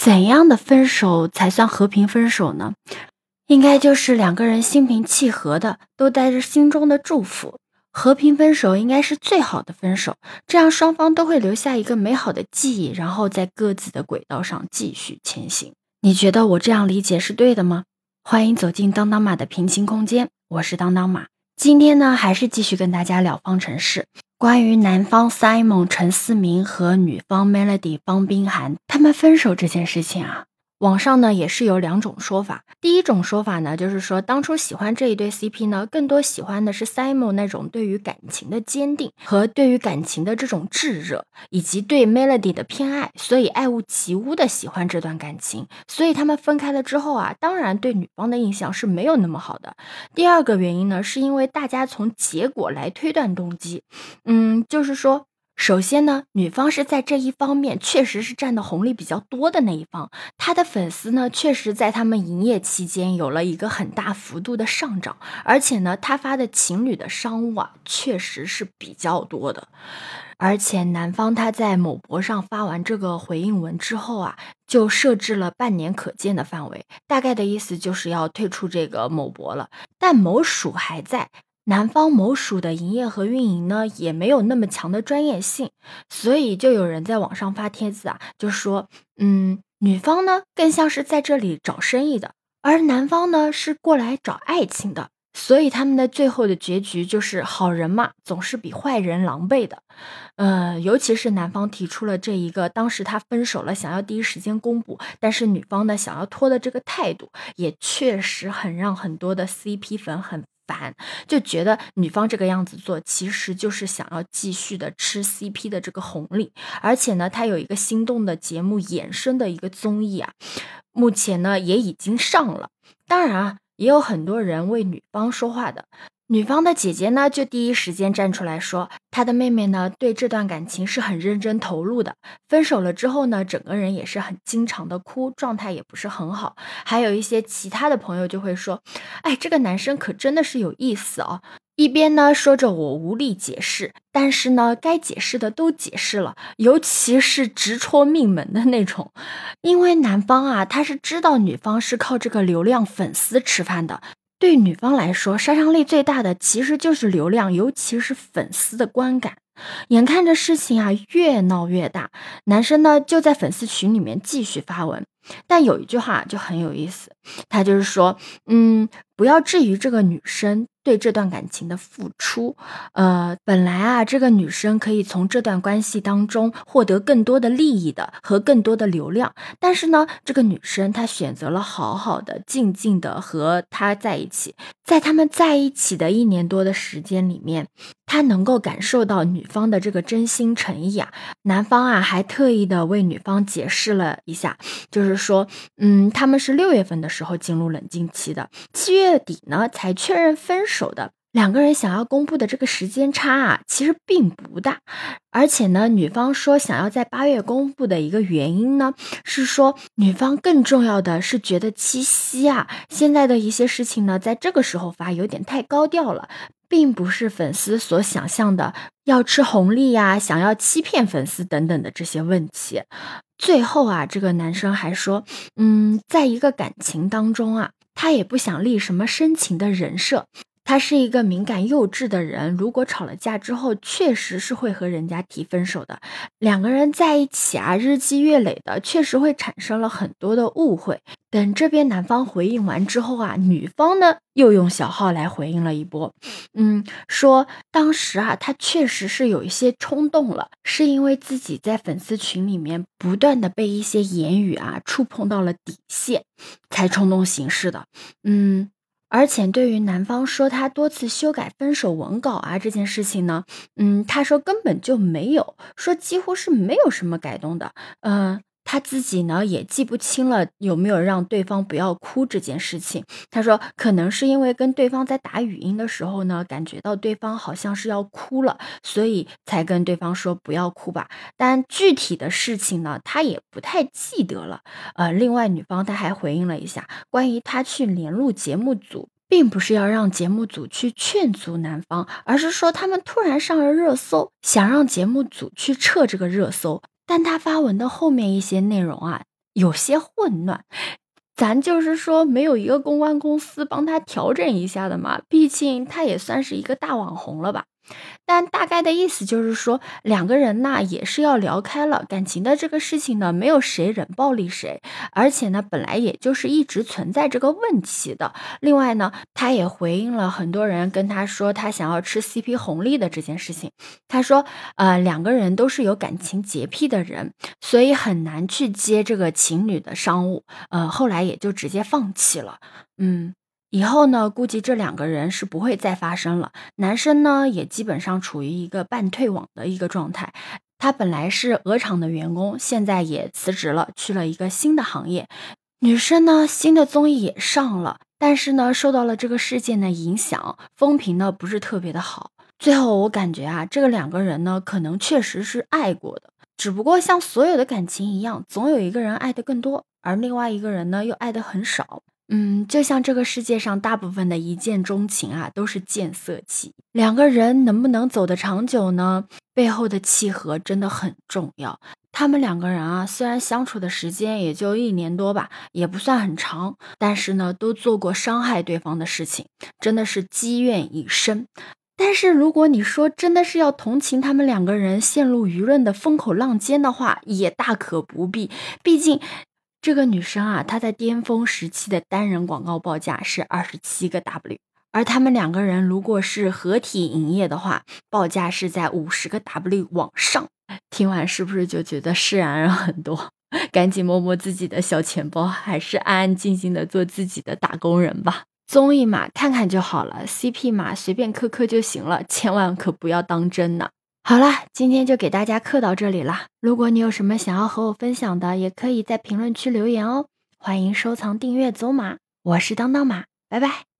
怎样的分手才算和平分手呢？应该就是两个人心平气和的，都带着心中的祝福。和平分手应该是最好的分手，这样双方都会留下一个美好的记忆，然后在各自的轨道上继续前行。你觉得我这样理解是对的吗？欢迎走进当当马的平行空间，我是当当马。今天呢，还是继续跟大家聊方程式。关于男方 Simon 陈思明和女方 Melody 方冰涵他们分手这件事情啊，网上呢也是有两种说法。第一种说法呢，就是说当初喜欢这一对 CP 呢，更多喜欢的是 Simon 那种对于感情的坚定和对于感情的这种炙热，以及对 Melody 的偏爱，所以爱屋及乌的喜欢这段感情。所以他们分开了之后啊，当然对女方的印象是没有那么好的。第二个原因呢，是因为大家从结果来推断动机。就是说首先呢，女方是在这一方面确实是占的红利比较多的那一方，她的粉丝呢确实在他们营业期间有了一个很大幅度的上涨，而且呢她发的情侣的商务啊确实是比较多的。而且男方他在某博上发完这个回应文之后啊，就设置了半年可见的范围，大概的意思就是要退出这个某博了，但某属还在。南方某属的营业和运营呢，也没有那么强的专业性，所以就有人在网上发帖子啊，就说，女方呢更像是在这里找生意的，而男方呢是过来找爱情的，所以他们的最后的结局就是好人嘛，总是比坏人狼狈的。尤其是男方提出了这一个，当时他分手了，想要第一时间公布，但是女方呢想要拖的这个态度，也确实很让很多的 CP 粉很烦，就觉得女方这个样子做，其实就是想要继续的吃 CP 的这个红利。而且呢，他有一个心动的节目衍生的一个综艺啊，目前呢也已经上了。当然啊，也有很多人为女方说话的。女方的姐姐呢，就第一时间站出来说，她的妹妹呢，对这段感情是很认真投入的。分手了之后呢，整个人也是很经常的哭，状态也不是很好。还有一些其他的朋友就会说，哎，这个男生可真的是有意思哦。一边呢说着我无力解释，但是呢该解释的都解释了，尤其是直戳命门的那种。因为男方啊，他是知道女方是靠这个流量粉丝吃饭的，对女方来说，杀伤力最大的其实就是流量，尤其是粉丝的观感。眼看着事情啊越闹越大，男生呢就在粉丝群里面继续发文，但有一句话就很有意思，他就是说，不要质疑这个女生对这段感情的付出。本来啊，这个女生可以从这段关系当中获得更多的利益的和更多的流量，但是呢，这个女生她选择了好好的、静静的和他在一起。在他们在一起的1年多的时间里面，她能够感受到女方的这个真心诚意啊。男方啊还特意的为女方解释了一下，就是说，他们是6月份的时候进入冷静期的，7月底呢才确认分手的。两个人想要公布的这个时间差啊，其实并不大。而且呢，女方说想要在8月公布的一个原因呢，是说女方更重要的是觉得七夕啊，现在的一些事情呢，在这个时候发有点太高调了，并不是粉丝所想象的要吃红利呀，想要欺骗粉丝等等的这些问题。最后啊，这个男生还说，在一个感情当中啊，他也不想立什么深情的人设。他是一个敏感幼稚的人，如果吵了架之后，确实是会和人家提分手的。两个人在一起啊，日积月累的，确实会产生了很多的误会。等这边男方回应完之后啊，女方呢又用小号来回应了一波，说当时啊，他确实是有一些冲动了，是因为自己在粉丝群里面不断的被一些言语啊触碰到了底线，才冲动行事的。而且对于男方说他多次修改分手文稿啊这件事情呢，他说根本就没有，说几乎是没有什么改动的。他自己呢也记不清了有没有让对方不要哭这件事情。他说可能是因为跟对方在打语音的时候呢，感觉到对方好像是要哭了，所以才跟对方说不要哭吧。但具体的事情呢，他也不太记得了。另外女方她还回应了一下，关于她去联络节目组，并不是要让节目组去劝阻男方，而是说他们突然上了热搜，想让节目组去撤这个热搜。但他发文的后面一些内容啊， 有些混乱。咱就是说没有一个公关公司帮他调整一下的嘛，毕竟他也算是一个大网红了吧。但大概的意思就是说，两个人呢也是要聊开了，感情的这个事情呢，没有谁冷暴力谁，而且呢，本来也就是一直存在这个问题的。另外呢，他也回应了很多人跟他说他想要吃 CP 红利的这件事情。他说，两个人都是有感情洁癖的人，所以很难去接这个情侣的商务。后来也就直接放弃了。以后呢，估计这两个人是不会再发生了。男生呢，也基本上处于一个半退网的一个状态。他本来是鹅厂的员工，现在也辞职了，去了一个新的行业。女生呢，新的综艺也上了，但是呢，受到了这个事件的影响，风评呢不是特别的好。最后我感觉啊，这个两个人呢，可能确实是爱过的，只不过像所有的感情一样，总有一个人爱得更多，而另外一个人呢，又爱得很少。就像这个世界上大部分的一见钟情啊，都是见色起。两个人能不能走得长久呢？背后的契合真的很重要。他们两个人啊，虽然相处的时间也就1年多吧，也不算很长，但是呢，都做过伤害对方的事情，真的是积怨已深。但是如果你说真的是要同情他们两个人陷入舆论的风口浪尖的话，也大可不必。毕竟这个女生啊，她在巅峰时期的单人广告报价是27个 W， 而他们两个人如果是合体营业的话，报价是在50个 W 往上。听完是不是就觉得释然了很多？赶紧摸摸自己的小钱包，还是安安静静的做自己的打工人吧。综艺嘛，看看就好了， CP 嘛，随便磕磕就行了，千万可不要当真呢。好啦，今天就给大家课到这里啦。如果你有什么想要和我分享的，也可以在评论区留言哦。欢迎收藏、订阅、走马，我是当当马，拜拜。